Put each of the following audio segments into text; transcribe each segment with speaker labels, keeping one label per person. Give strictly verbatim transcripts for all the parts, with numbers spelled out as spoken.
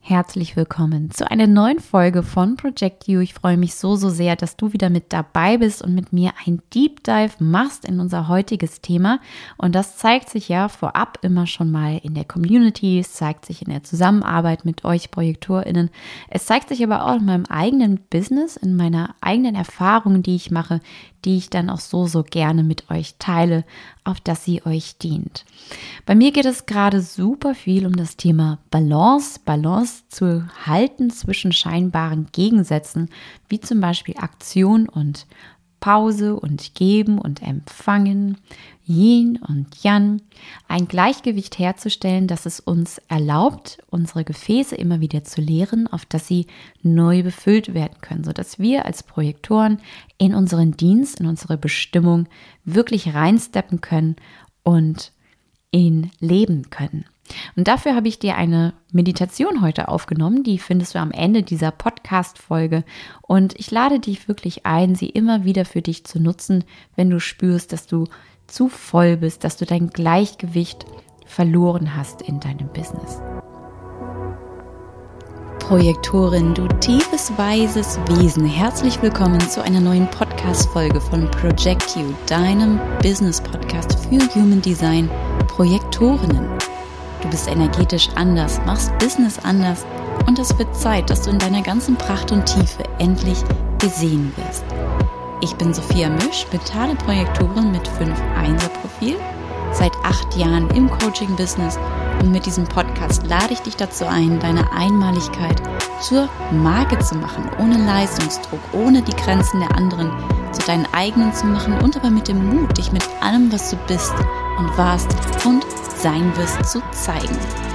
Speaker 1: Herzlich willkommen zu einer neuen Folge von Project You. Ich freue mich so, so sehr, dass du wieder mit dabei bist und mit mir ein Deep Dive machst in unser heutiges Thema. Und das zeigt sich ja vorab immer schon mal in der Community, es zeigt sich in der Zusammenarbeit mit euch ProjektorInnen. Es zeigt sich aber auch in meinem eigenen Business, in meiner eigenen Erfahrung, die ich mache, die ich dann auch so, so gerne mit euch teile, auf dass sie euch dient. Bei mir geht es gerade super viel um das Thema Balance, Balance zu halten zwischen scheinbaren Gegensätzen, wie zum Beispiel Aktion und Pause und Geben und Empfangen, Yin und Yang, ein Gleichgewicht herzustellen, das es uns erlaubt, unsere Gefäße immer wieder zu leeren, auf dass sie neu befüllt werden können, sodass wir als Projektoren in unseren Dienst, in unsere Bestimmung wirklich reinsteppen können und ihn leben können. Und dafür habe ich dir eine Meditation heute aufgenommen, die findest du am Ende dieser Podcast-Folge und ich lade dich wirklich ein, sie immer wieder für dich zu nutzen, wenn du spürst, dass du zu voll bist, dass du dein Gleichgewicht verloren hast in deinem Business. Projektorin, du tiefes, weises Wesen, herzlich willkommen zu einer neuen Podcast-Folge von Project You, deinem Business-Podcast für Human Design Projektorinnen. Du bist energetisch anders, machst Business anders und es wird Zeit, dass du in deiner ganzen Pracht und Tiefe endlich gesehen wirst. Ich bin Sophia Misch, mentale Projektorin mit fünf Einser Profil, seit acht Jahren im Coaching-Business und mit diesem Podcast lade ich dich dazu ein, deine Einmaligkeit zur Marke zu machen, ohne Leistungsdruck, ohne die Grenzen der anderen zu deinen eigenen zu machen und aber mit dem Mut, dich mit allem, was du bist und warst und sein wirst, zu zeigen.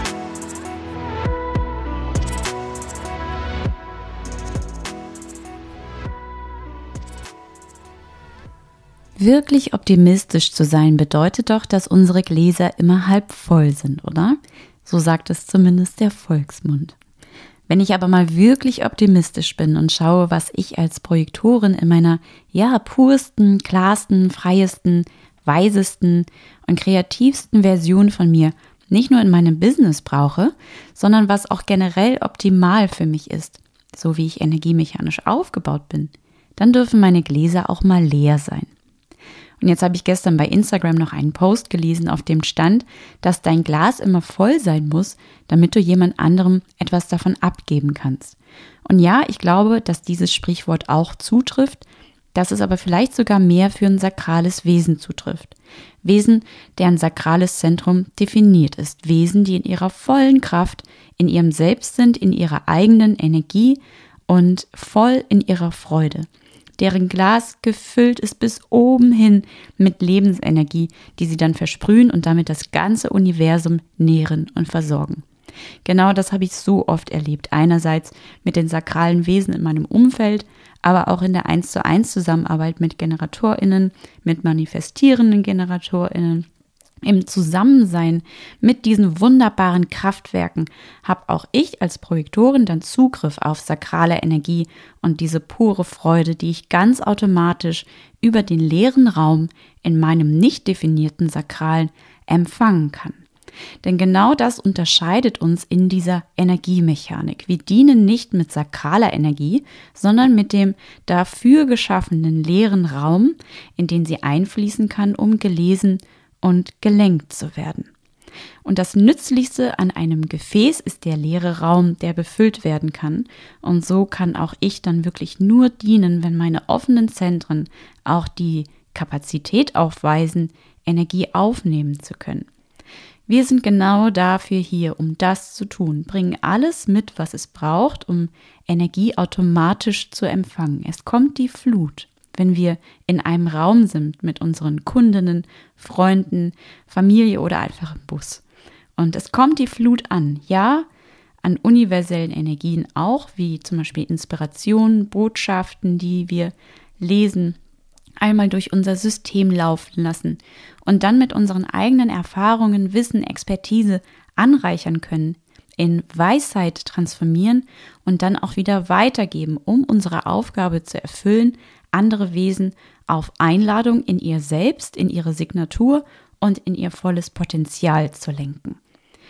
Speaker 1: Wirklich optimistisch zu sein bedeutet doch, dass unsere Gläser immer halb voll sind, oder? So sagt es zumindest der Volksmund. Wenn ich aber mal wirklich optimistisch bin und schaue, was ich als Projektorin in meiner, ja, pursten, klarsten, freiesten, weisesten und kreativsten Version von mir nicht nur in meinem Business brauche, sondern was auch generell optimal für mich ist, so wie ich energiemechanisch aufgebaut bin, dann dürfen meine Gläser auch mal leer sein. Und jetzt habe ich gestern bei Instagram noch einen Post gelesen, auf dem stand, dass dein Glas immer voll sein muss, damit du jemand anderem etwas davon abgeben kannst. Und ja, ich glaube, dass dieses Sprichwort auch zutrifft, dass es aber vielleicht sogar mehr für ein sakrales Wesen zutrifft. Wesen, deren sakrales Zentrum definiert ist. Wesen, die in ihrer vollen Kraft, in ihrem Selbst sind, in ihrer eigenen Energie und voll in ihrer Freude. Deren Glas gefüllt ist bis oben hin mit Lebensenergie, die sie dann versprühen und damit das ganze Universum nähren und versorgen. Genau das habe ich so oft erlebt. Einerseits mit den sakralen Wesen in meinem Umfeld, aber auch in der eins zu eins Zusammenarbeit mit GeneratorInnen, mit manifestierenden GeneratorInnen. Im Zusammensein mit diesen wunderbaren Kraftwerken habe auch ich als Projektorin dann Zugriff auf sakrale Energie und diese pure Freude, die ich ganz automatisch über den leeren Raum in meinem nicht definierten Sakralen empfangen kann. Denn genau das unterscheidet uns in dieser Energiemechanik. Wir dienen nicht mit sakraler Energie, sondern mit dem dafür geschaffenen leeren Raum, in den sie einfließen kann, um gelesen und gelenkt zu werden. Und das Nützlichste an einem Gefäß ist der leere Raum, der befüllt werden kann. Und so kann auch ich dann wirklich nur dienen, wenn meine offenen Zentren auch die Kapazität aufweisen, Energie aufnehmen zu können. Wir sind genau dafür hier, um das zu tun, bringen alles mit, was es braucht, um Energie automatisch zu empfangen. Es kommt die Flut, wenn wir in einem Raum sind mit unseren Kundinnen, Freunden, Familie oder einfach im Bus. Und es kommt die Flut an, ja, an universellen Energien auch, wie zum Beispiel Inspirationen, Botschaften, die wir lesen, einmal durch unser System laufen lassen und dann mit unseren eigenen Erfahrungen, Wissen, Expertise anreichern können, in Weisheit transformieren und dann auch wieder weitergeben, um unsere Aufgabe zu erfüllen, andere Wesen auf Einladung in ihr Selbst, in ihre Signatur und in ihr volles Potenzial zu lenken.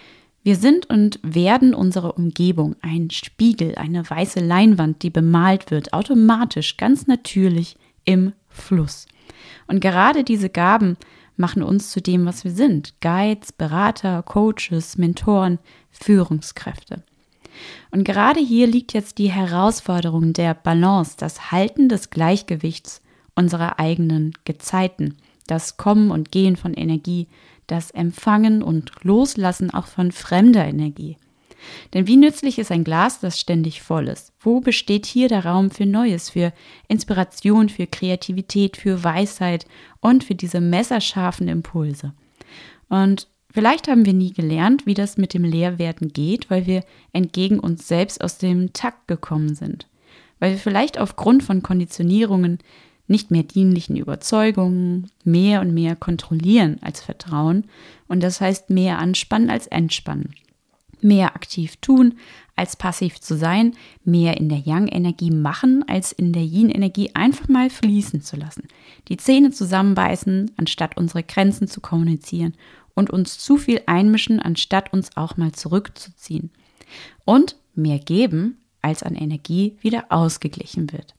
Speaker 1: Wir sind und werden unsere Umgebung, ein Spiegel, eine weiße Leinwand, die bemalt wird, automatisch, ganz natürlich im Fluss. Und gerade diese Gaben machen uns zu dem, was wir sind. Guides, Berater, Coaches, Mentoren, Führungskräfte. Und gerade hier liegt jetzt die Herausforderung der Balance, das Halten des Gleichgewichts unserer eigenen Gezeiten, das Kommen und Gehen von Energie, das Empfangen und Loslassen auch von fremder Energie. Denn wie nützlich ist ein Glas, das ständig voll ist? Wo besteht hier der Raum für Neues, für Inspiration, für Kreativität, für Weisheit und für diese messerscharfen Impulse? Und vielleicht haben wir nie gelernt, wie das mit dem Leerwerden geht, weil wir entgegen uns selbst aus dem Takt gekommen sind. Weil wir vielleicht aufgrund von Konditionierungen nicht mehr dienlichen Überzeugungen mehr und mehr kontrollieren als vertrauen. Und das heißt mehr anspannen als entspannen. Mehr aktiv tun als passiv zu sein, mehr in der Yang-Energie machen als in der Yin-Energie einfach mal fließen zu lassen. Die Zähne zusammenbeißen, anstatt unsere Grenzen zu kommunizieren und uns zu viel einmischen, anstatt uns auch mal zurückzuziehen. Und mehr geben, als an Energie wieder ausgeglichen wird.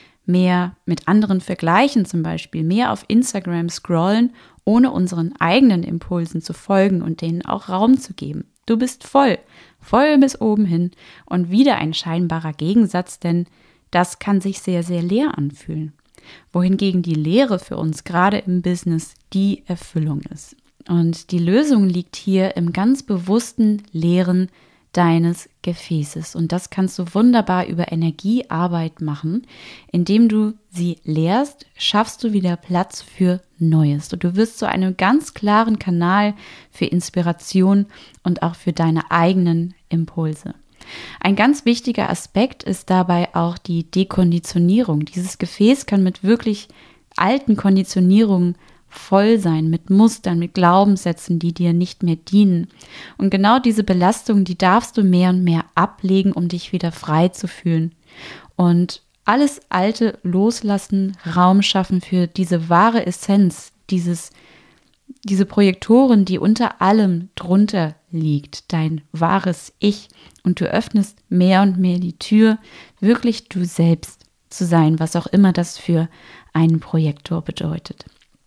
Speaker 1: Mehr mit anderen vergleichen zum Beispiel, mehr auf Instagram scrollen, ohne unseren eigenen Impulsen zu folgen und denen auch Raum zu geben. Du bist voll, voll bis oben hin und wieder ein scheinbarer Gegensatz, denn das kann sich sehr, sehr leer anfühlen. Wohingegen die Leere für uns gerade im Business die Erfüllung ist. Und die Lösung liegt hier im ganz bewussten Leeren deines Gefäßes. Und das kannst du wunderbar über Energiearbeit machen. Indem du sie leerst, schaffst du wieder Platz für Neues. Und du wirst zu einem ganz klaren Kanal für Inspiration und auch für deine eigenen Impulse. Ein ganz wichtiger Aspekt ist dabei auch die Dekonditionierung. Dieses Gefäß kann mit wirklich alten Konditionierungen voll sein, mit Mustern, mit Glaubenssätzen, die dir nicht mehr dienen. Und genau diese Belastung, die darfst du mehr und mehr ablegen, um dich wieder frei zu fühlen. Und alles Alte loslassen, Raum schaffen für diese wahre Essenz, dieses, diese Projektoren, die unter allem drunter liegt, dein wahres Ich. Und du öffnest mehr und mehr die Tür, wirklich du selbst zu sein, was auch immer das für einen Projektor bedeutet.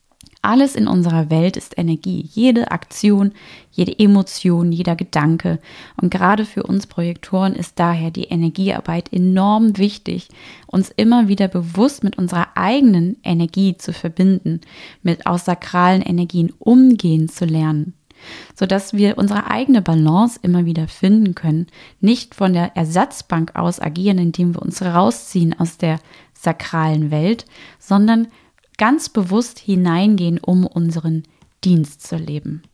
Speaker 1: Alles in unserer Welt ist Energie. Jede Aktion, jede Emotion, jeder Gedanke. Und gerade für uns Projektoren ist daher die Energiearbeit enorm wichtig, uns immer wieder bewusst mit unserer eigenen Energie zu verbinden, mit aus sakralen Energien umgehen zu lernen, sodass wir unsere eigene Balance immer wieder finden können, nicht von der Ersatzbank aus agieren, indem wir uns rausziehen aus der sakralen Welt, sondern ganz bewusst hineingehen, um unseren Dienst zu leben.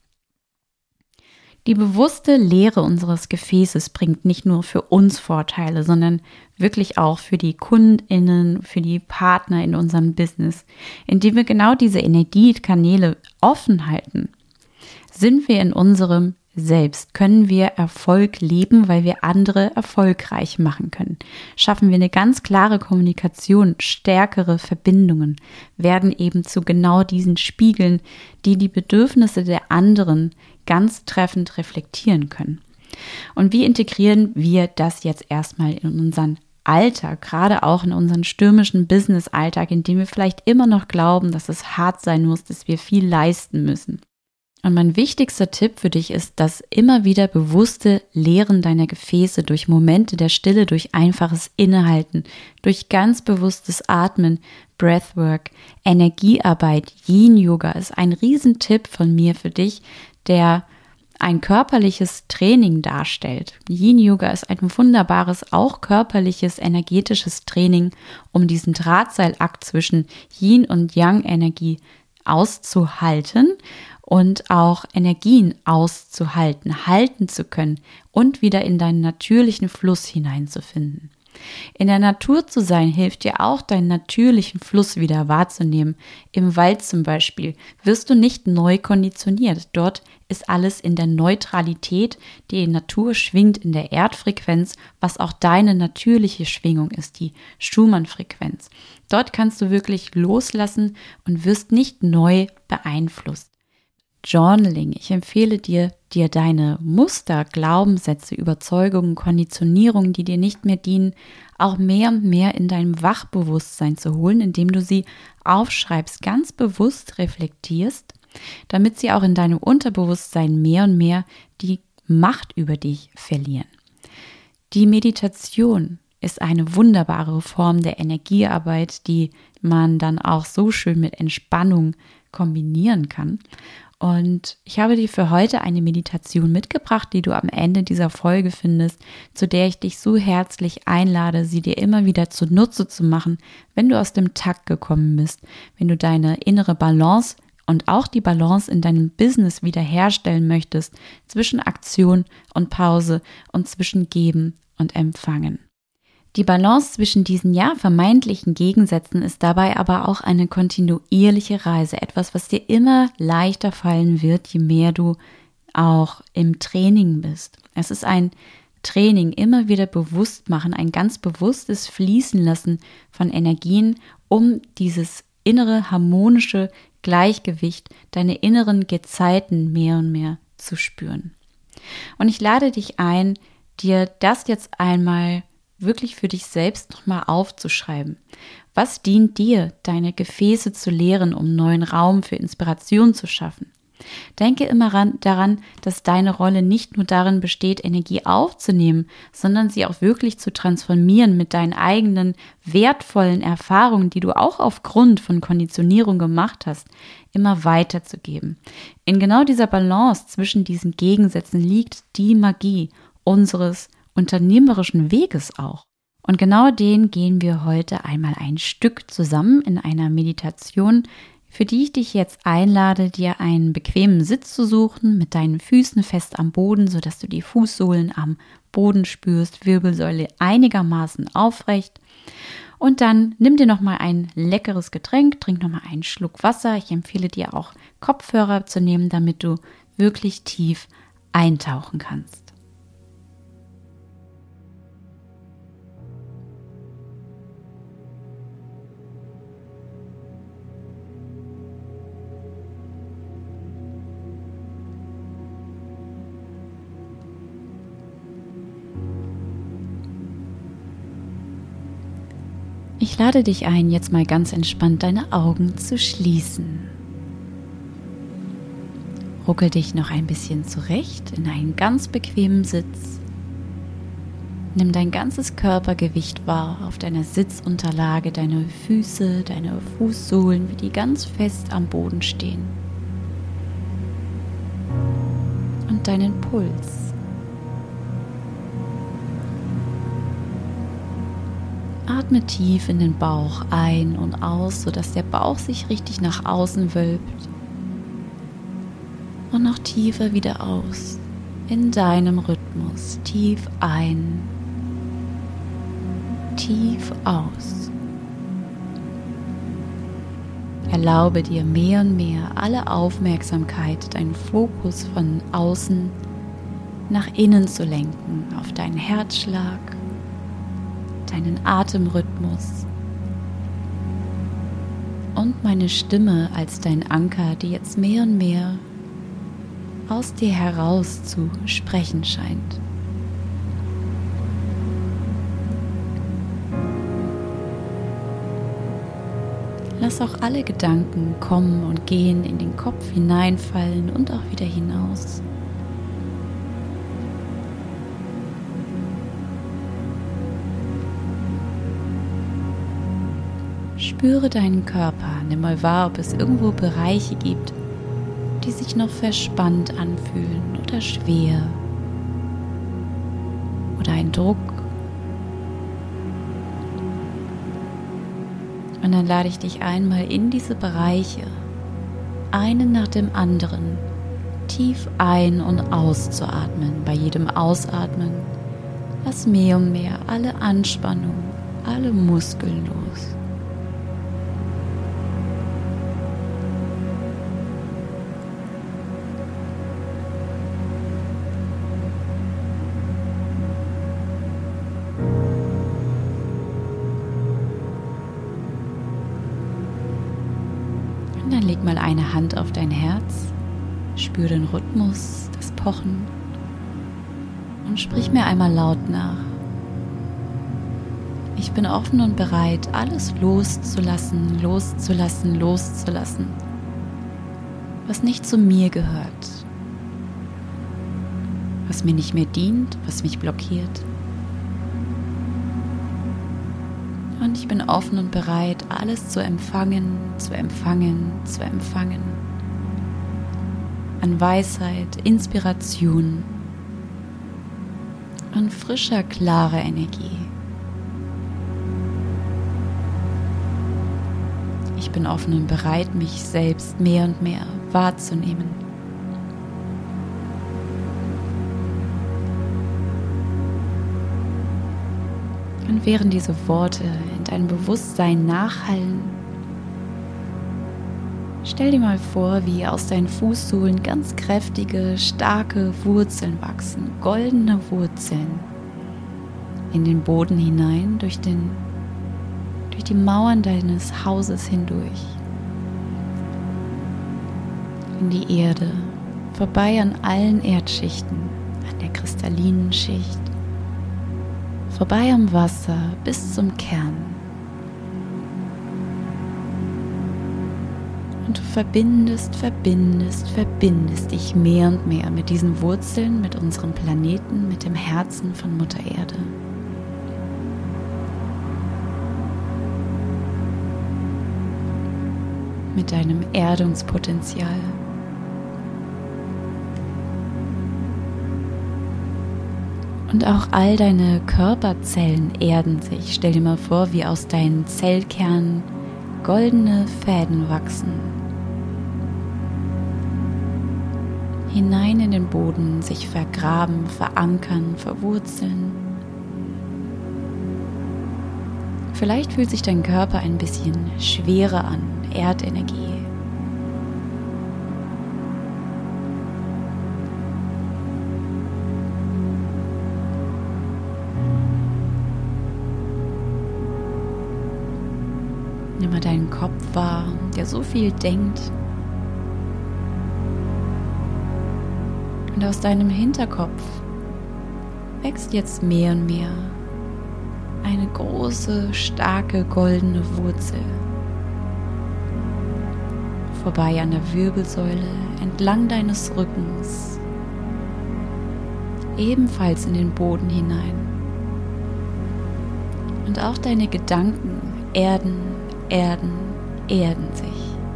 Speaker 1: Die bewusste Leere unseres Gefäßes bringt nicht nur für uns Vorteile, sondern wirklich auch für die KundInnen, für die Partner in unserem Business. Indem wir genau diese Energiekanäle offen halten, sind wir in unserem Selbst, können wir Erfolg leben, weil wir andere erfolgreich machen können. Schaffen wir eine ganz klare Kommunikation, stärkere Verbindungen, werden eben zu genau diesen Spiegeln, die die Bedürfnisse der anderen ganz treffend reflektieren können. Und wie integrieren wir das jetzt erstmal in unseren Alltag, gerade auch in unseren stürmischen Business-Alltag, in dem wir vielleicht immer noch glauben, dass es hart sein muss, dass wir viel leisten müssen? Und mein wichtigster Tipp für dich ist, das immer wieder bewusste Leeren deiner Gefäße durch Momente der Stille, durch einfaches Innehalten, durch ganz bewusstes Atmen, Breathwork, Energiearbeit, Yin-Yoga ist ein Riesentipp von mir für dich, der ein körperliches Training darstellt. Yin-Yoga ist ein wunderbares, auch körperliches, energetisches Training, um diesen Drahtseilakt zwischen Yin- und Yang-Energie auszuhalten und auch Energien auszuhalten, halten zu können und wieder in deinen natürlichen Fluss hineinzufinden. In der Natur zu sein, hilft dir auch, deinen natürlichen Fluss wieder wahrzunehmen. Im Wald zum Beispiel wirst du nicht neu konditioniert. Dort ist alles in der Neutralität. Die Natur schwingt in der Erdfrequenz, was auch deine natürliche Schwingung ist, die Schumann-Frequenz. Dort kannst du wirklich loslassen und wirst nicht neu beeinflusst. Journaling. Ich empfehle dir, dir deine Muster, Glaubenssätze, Überzeugungen, Konditionierungen, die dir nicht mehr dienen, auch mehr und mehr in deinem Wachbewusstsein zu holen, indem du sie aufschreibst, ganz bewusst reflektierst, damit sie auch in deinem Unterbewusstsein mehr und mehr die Macht über dich verlieren. Die Meditation ist eine wunderbare Form der Energiearbeit, die man dann auch so schön mit Entspannung kombinieren kann. Und ich habe dir für heute eine Meditation mitgebracht, die du am Ende dieser Folge findest, zu der ich dich so herzlich einlade, sie dir immer wieder zunutze zu machen, wenn du aus dem Takt gekommen bist, wenn du deine innere Balance und auch die Balance in deinem Business wiederherstellen möchtest, zwischen Aktion und Pause und zwischen Geben und Empfangen. Die Balance zwischen diesen ja vermeintlichen Gegensätzen ist dabei aber auch eine kontinuierliche Reise, etwas, was dir immer leichter fallen wird, je mehr du auch im Training bist. Es ist ein Training, immer wieder bewusst machen, ein ganz bewusstes Fließen lassen von Energien, um dieses innere harmonische Gleichgewicht, deine inneren Gezeiten mehr und mehr zu spüren. Und ich lade dich ein, dir das jetzt einmal wirklich für dich selbst nochmal aufzuschreiben. Was dient dir, deine Gefäße zu leeren, um neuen Raum für Inspiration zu schaffen? Denke immer ran, daran, dass deine Rolle nicht nur darin besteht, Energie aufzunehmen, sondern sie auch wirklich zu transformieren mit deinen eigenen wertvollen Erfahrungen, die du auch aufgrund von Konditionierung gemacht hast, immer weiterzugeben. In genau dieser Balance zwischen diesen Gegensätzen liegt die Magie unseres unternehmerischen Weges auch. Und genau den gehen wir heute einmal ein Stück zusammen in einer Meditation, für die ich dich jetzt einlade, dir einen bequemen Sitz zu suchen, mit deinen Füßen fest am Boden, sodass du die Fußsohlen am Boden spürst, Wirbelsäule einigermaßen aufrecht. Und dann nimm dir nochmal ein leckeres Getränk, trink nochmal einen Schluck Wasser. Ich empfehle dir auch Kopfhörer zu nehmen, damit du wirklich tief eintauchen kannst. Ich lade dich ein, jetzt mal ganz entspannt deine Augen zu schließen. Ruckel dich noch ein bisschen zurecht in einen ganz bequemen Sitz. Nimm dein ganzes Körpergewicht wahr auf deiner Sitzunterlage, deine Füße, deine Fußsohlen, wie die ganz fest am Boden stehen. Und deinen Puls. Atme tief in den Bauch ein und aus, sodass der Bauch sich richtig nach außen wölbt. Und noch tiefer wieder aus, in deinem Rhythmus. Tief ein, tief aus. Erlaube dir mehr und mehr alle Aufmerksamkeit, deinen Fokus von außen nach innen zu lenken, auf deinen Herzschlag, deinen Atemrhythmus und meine Stimme als dein Anker, die jetzt mehr und mehr aus dir heraus zu sprechen scheint. Lass auch alle Gedanken kommen und gehen, in den Kopf hineinfallen und auch wieder hinaus. Spüre deinen Körper, nimm mal wahr, ob es irgendwo Bereiche gibt, die sich noch verspannt anfühlen oder schwer oder ein Druck. Und dann lade ich dich ein, mal in diese Bereiche, einen nach dem anderen, tief ein- und auszuatmen. Bei jedem Ausatmen lass mehr und mehr alle Anspannung, alle Muskeln los. Und dann leg mal eine Hand auf dein Herz, Spür den Rhythmus, das Pochen und sprich mir einmal laut nach. Ich bin offen und bereit, alles loszulassen, loszulassen, loszulassen, was nicht zu mir gehört, was mir nicht mehr dient, was mich blockiert. Und ich bin offen und bereit, alles zu empfangen, zu empfangen, zu empfangen. An Weisheit, Inspiration und frischer, klarer Energie. Ich bin offen und bereit, mich selbst mehr und mehr wahrzunehmen. Und während diese Worte in deinem Bewusstsein nachhallen, stell dir mal vor, wie aus deinen Fußsohlen ganz kräftige, starke Wurzeln wachsen, goldene Wurzeln in den Boden hinein, durch den, durch die Mauern deines Hauses hindurch, in die Erde, vorbei an allen Erdschichten, an der kristallinen Schicht, vorbei am Wasser bis zum Kern. Und du verbindest, verbindest, verbindest dich mehr und mehr mit diesen Wurzeln, mit unserem Planeten, mit dem Herzen von Mutter Erde. Mit deinem Erdungspotenzial. Und auch all deine Körperzellen erden sich. Stell dir mal vor, wie aus deinen Zellkernen goldene Fäden wachsen. Hinein in den Boden, sich vergraben, verankern, verwurzeln. Vielleicht fühlt sich dein Körper ein bisschen schwerer an, Erdenergie. Nimm mal deinen Kopf wahr, der so viel denkt. Und aus deinem Hinterkopf wächst jetzt mehr und mehr eine große, starke, goldene Wurzel. Vorbei an der Wirbelsäule, entlang deines Rückens, ebenfalls in den Boden hinein. Und auch deine Gedanken erden, erden, erden sich.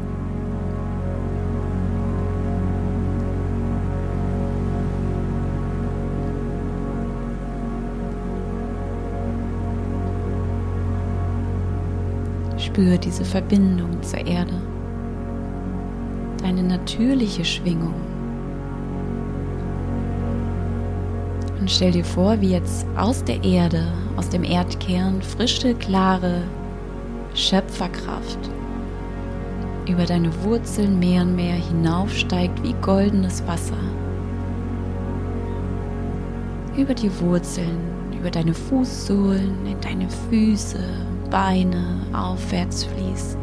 Speaker 1: Spür diese Verbindung zur Erde, deine natürliche Schwingung. Und stell dir vor, wie jetzt aus der Erde, aus dem Erdkern, frische, klare Schöpferkraft über deine Wurzeln mehr und mehr hinaufsteigt wie goldenes Wasser. Über die Wurzeln, über deine Fußsohlen, in deine Füße, Beine aufwärts fließt.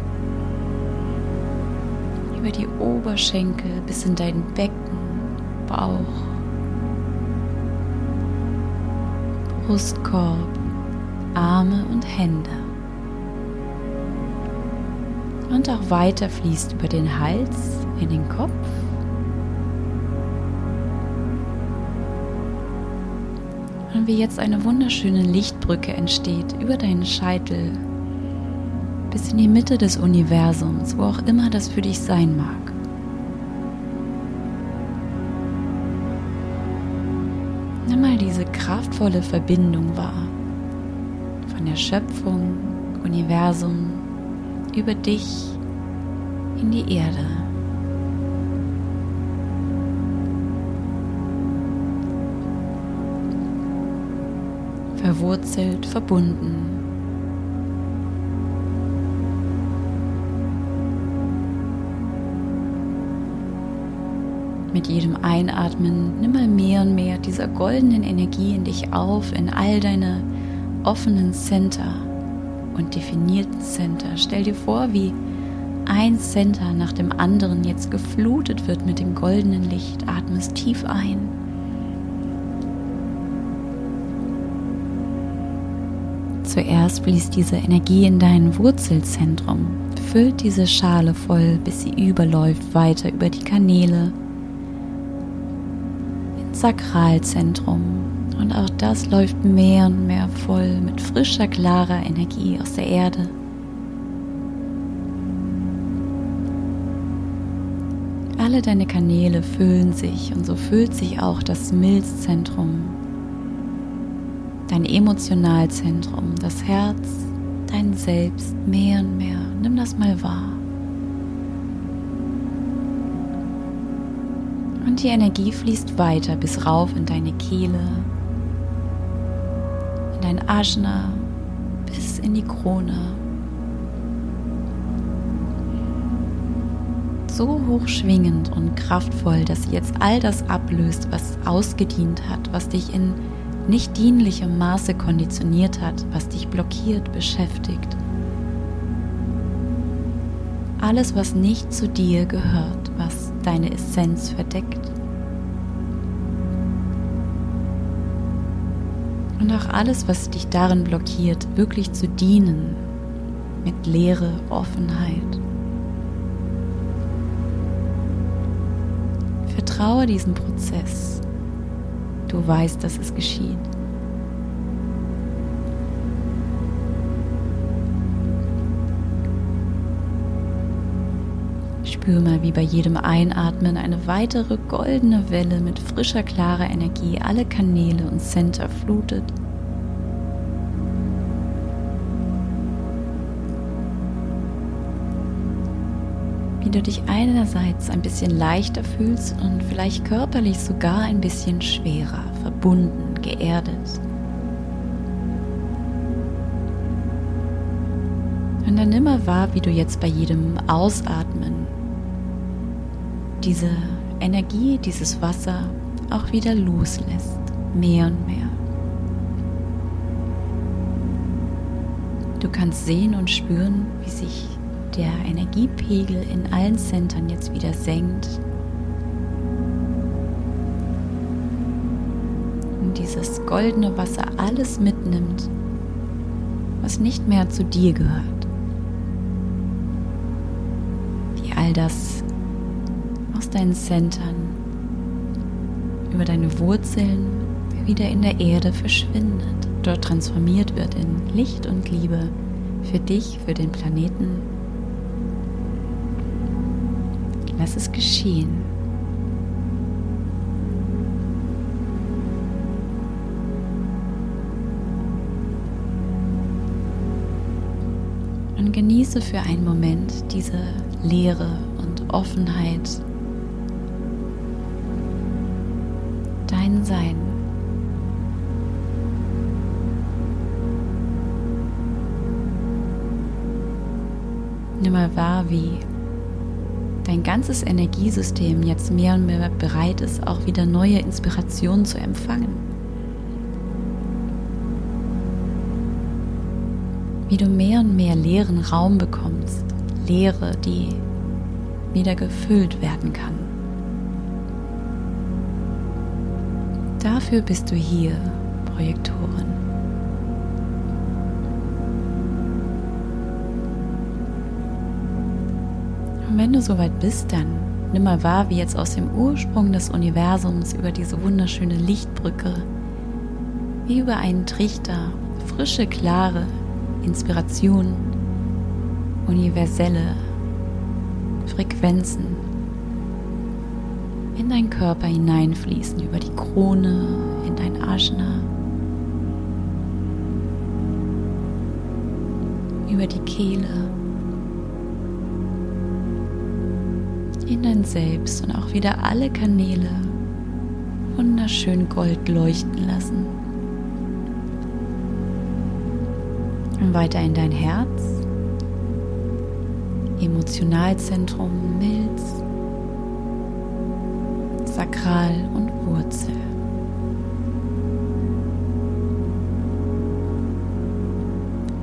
Speaker 1: Über die Oberschenkel bis in dein Becken, Bauch, Brustkorb, Arme und Hände. Und auch weiter fließt über den Hals in den Kopf. Und wie jetzt eine wunderschöne Lichtbrücke entsteht über deinen Scheitel bis in die Mitte des Universums, wo auch immer das für dich sein mag. Nimm mal diese kraftvolle Verbindung wahr, von der Schöpfung, Universum, über dich in die Erde. Verwurzelt, verbunden. Mit jedem Einatmen nimm mal mehr und mehr dieser goldenen Energie in dich auf, in all deine offenen Center und definierten Center. Stell dir vor, wie ein Center nach dem anderen jetzt geflutet wird mit dem goldenen Licht. Atme es tief ein. Zuerst fließt diese Energie in dein Wurzelzentrum, füllt diese Schale voll, bis sie überläuft, weiter über die Kanäle ins Sakralzentrum. Und auch das läuft mehr und mehr voll mit frischer, klarer Energie aus der Erde. Alle deine Kanäle füllen sich und so füllt sich auch das Milzzentrum, dein Emotionalzentrum, das Herz, dein Selbst mehr und mehr. Nimm das mal wahr. Und die Energie fließt weiter bis rauf in deine Kehle, in dein Ajna, bis in die Krone. So hochschwingend und kraftvoll, dass sie jetzt all das ablöst, was ausgedient hat, was dich in nicht dienlichem Maße konditioniert hat, was dich blockiert, beschäftigt. Alles, was nicht zu dir gehört, was deine Essenz verdeckt. Und auch alles, was dich darin blockiert, wirklich zu dienen, mit Leere, Offenheit. Vertraue diesem Prozess. Du weißt, dass es geschieht. Spür mal, wie bei jedem Einatmen eine weitere goldene Welle mit frischer, klarer Energie alle Kanäle und Center flutet. Wie du dich einerseits ein bisschen leichter fühlst und vielleicht körperlich sogar ein bisschen schwerer, verbunden, geerdet. Und dann nimm mal wahr, wie du jetzt bei jedem Ausatmen diese Energie, dieses Wasser auch wieder loslässt, mehr und mehr. Du kannst sehen und spüren, wie sich der Energiepegel in allen Centern jetzt wieder senkt und dieses goldene Wasser alles mitnimmt, was nicht mehr zu dir gehört. Wie all das aus deinen Centern über deine Wurzeln wieder in der Erde verschwindet, dort transformiert wird in Licht und Liebe für dich, für den Planeten. Lass es geschehen. Und genieße für einen Moment diese Leere und Offenheit, dein Sein. Nimm mal wahr, wie dein ganzes Energiesystem jetzt mehr und mehr bereit ist, auch wieder neue Inspirationen zu empfangen. Wie du mehr und mehr leeren Raum bekommst, Leere, die wieder gefüllt werden kann. Dafür bist du hier, Projektorin. Und wenn du soweit bist, dann nimm mal wahr, wie jetzt aus dem Ursprung des Universums über diese wunderschöne Lichtbrücke, wie über einen Trichter, frische, klare Inspiration, universelle Frequenzen in deinen Körper hineinfließen, über die Krone, in dein Ajna, über die Kehle, in dein Selbst und auch wieder alle Kanäle wunderschön gold leuchten lassen. Und weiter in dein Herz, Emotionalzentrum, Milz, Sakral und Wurzel.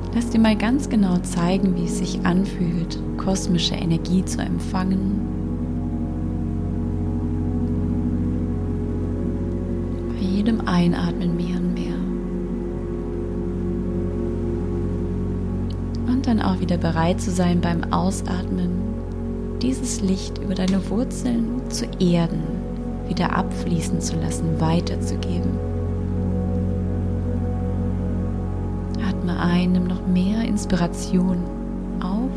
Speaker 1: Lass dir mal ganz genau zeigen, wie es sich anfühlt, kosmische Energie zu empfangen. Bei jedem Einatmen mehr und mehr. Und dann auch wieder bereit zu sein beim Ausatmen, dieses Licht über deine Wurzeln zu erden, wieder abfließen zu lassen, weiterzugeben. Atme ein, nimm noch mehr Inspiration auf.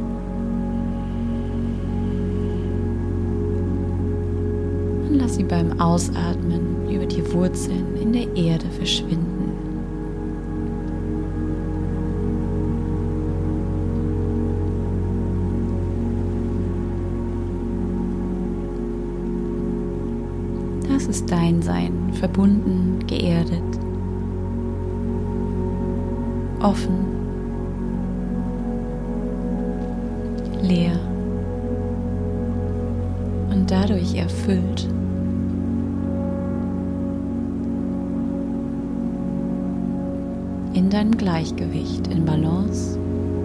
Speaker 1: Und lass sie beim Ausatmen über die Wurzeln in der Erde verschwinden. Das ist dein Sein, verbunden, geerdet, offen, leer und dadurch erfüllt. In deinem Gleichgewicht, in Balance.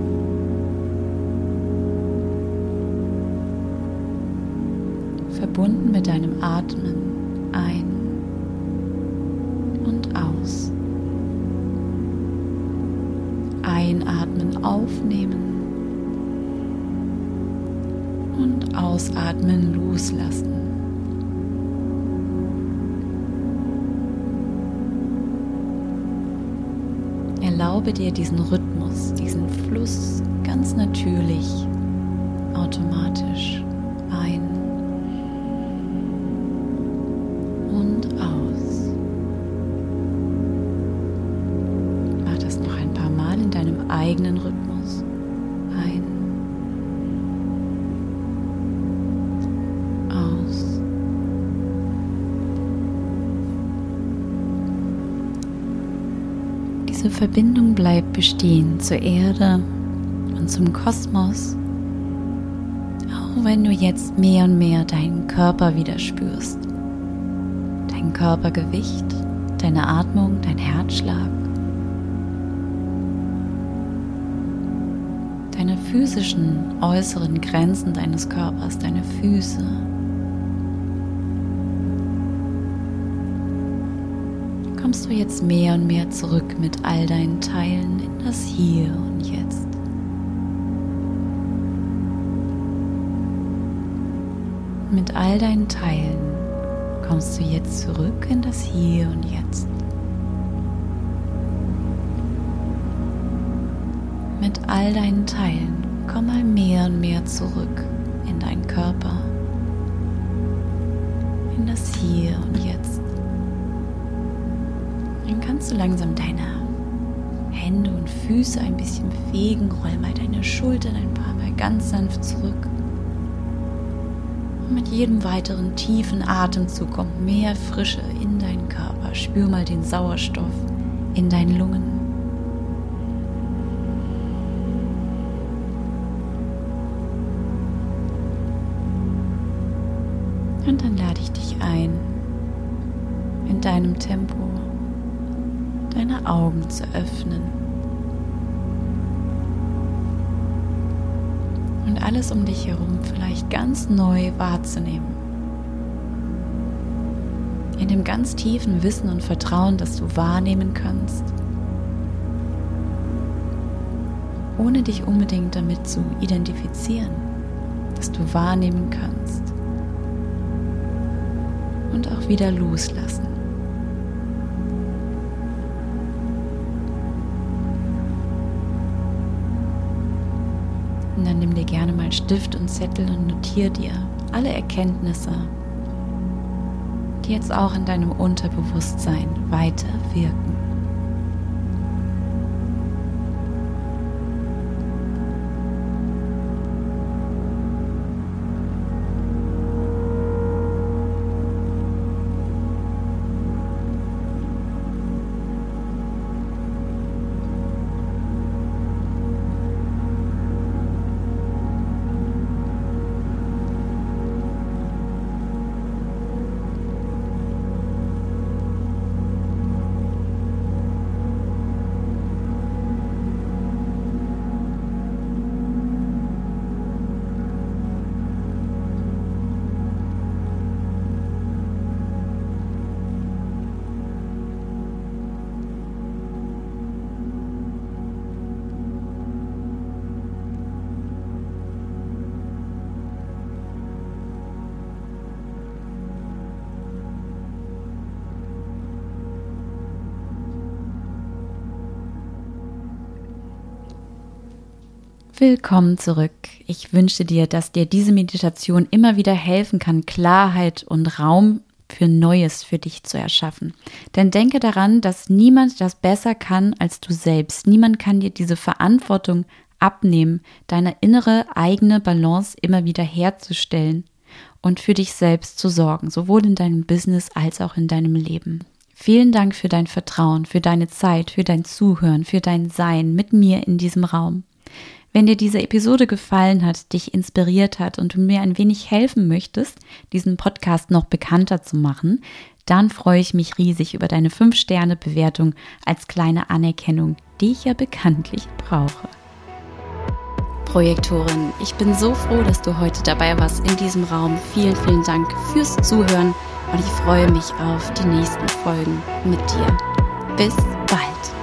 Speaker 1: Verbunden mit deinem Atmen ein und aus. Einatmen, aufnehmen und ausatmen, loslassen. Erlaube dir diesen Rhythmus, diesen Fluss ganz natürlich, automatisch ein und aus. Mach das noch ein paar Mal in deinem eigenen Rhythmus. Ein, aus. Diese Verbindung bleibt bestehen zur Erde und zum Kosmos, auch wenn du jetzt mehr und mehr deinen Körper wieder spürst. Dein Körpergewicht, deine Atmung, dein Herzschlag, deine physischen äußeren Grenzen deines Körpers, deine Füße. Kommst du jetzt mehr und mehr zurück mit all deinen Teilen in das Hier und Jetzt. Mit all deinen Teilen kommst du jetzt zurück in das Hier und Jetzt. Mit all deinen Teilen komm mal mehr und mehr zurück in deinen Körper, in das Hier und Jetzt. Dann kannst du langsam deine Hände und Füße ein bisschen bewegen, roll mal deine Schultern ein paar Mal ganz sanft zurück. Und mit jedem weiteren tiefen Atemzug kommt mehr Frische in deinen Körper. Spür mal den Sauerstoff in deinen Lungen. Und dann lade ich dich ein, in deinem Tempo deine Augen zu öffnen und alles um dich herum vielleicht ganz neu wahrzunehmen. In dem ganz tiefen Wissen und Vertrauen, dass du wahrnehmen kannst, ohne dich unbedingt damit zu identifizieren, dass du wahrnehmen kannst und auch wieder loslassen. Und dann nimm dir gerne mal Stift und Zettel und notiere dir alle Erkenntnisse, die jetzt auch in deinem Unterbewusstsein weiter wirken. Willkommen zurück. Ich wünsche dir, dass dir diese Meditation immer wieder helfen kann, Klarheit und Raum für Neues für dich zu erschaffen. Denn denke daran, dass niemand das besser kann als du selbst. Niemand kann dir diese Verantwortung abnehmen, deine innere eigene Balance immer wieder herzustellen und für dich selbst zu sorgen, sowohl in deinem Business als auch in deinem Leben. Vielen Dank für dein Vertrauen, für deine Zeit, für dein Zuhören, für dein Sein mit mir in diesem Raum. Wenn dir diese Episode gefallen hat, dich inspiriert hat und du mir ein wenig helfen möchtest, diesen Podcast noch bekannter zu machen, dann freue ich mich riesig über deine fünf Sterne Bewertung als kleine Anerkennung, die ich ja bekanntlich brauche. Projektorin, ich bin so froh, dass du heute dabei warst in diesem Raum. Vielen, vielen Dank fürs Zuhören und ich freue mich auf die nächsten Folgen mit dir. Bis bald!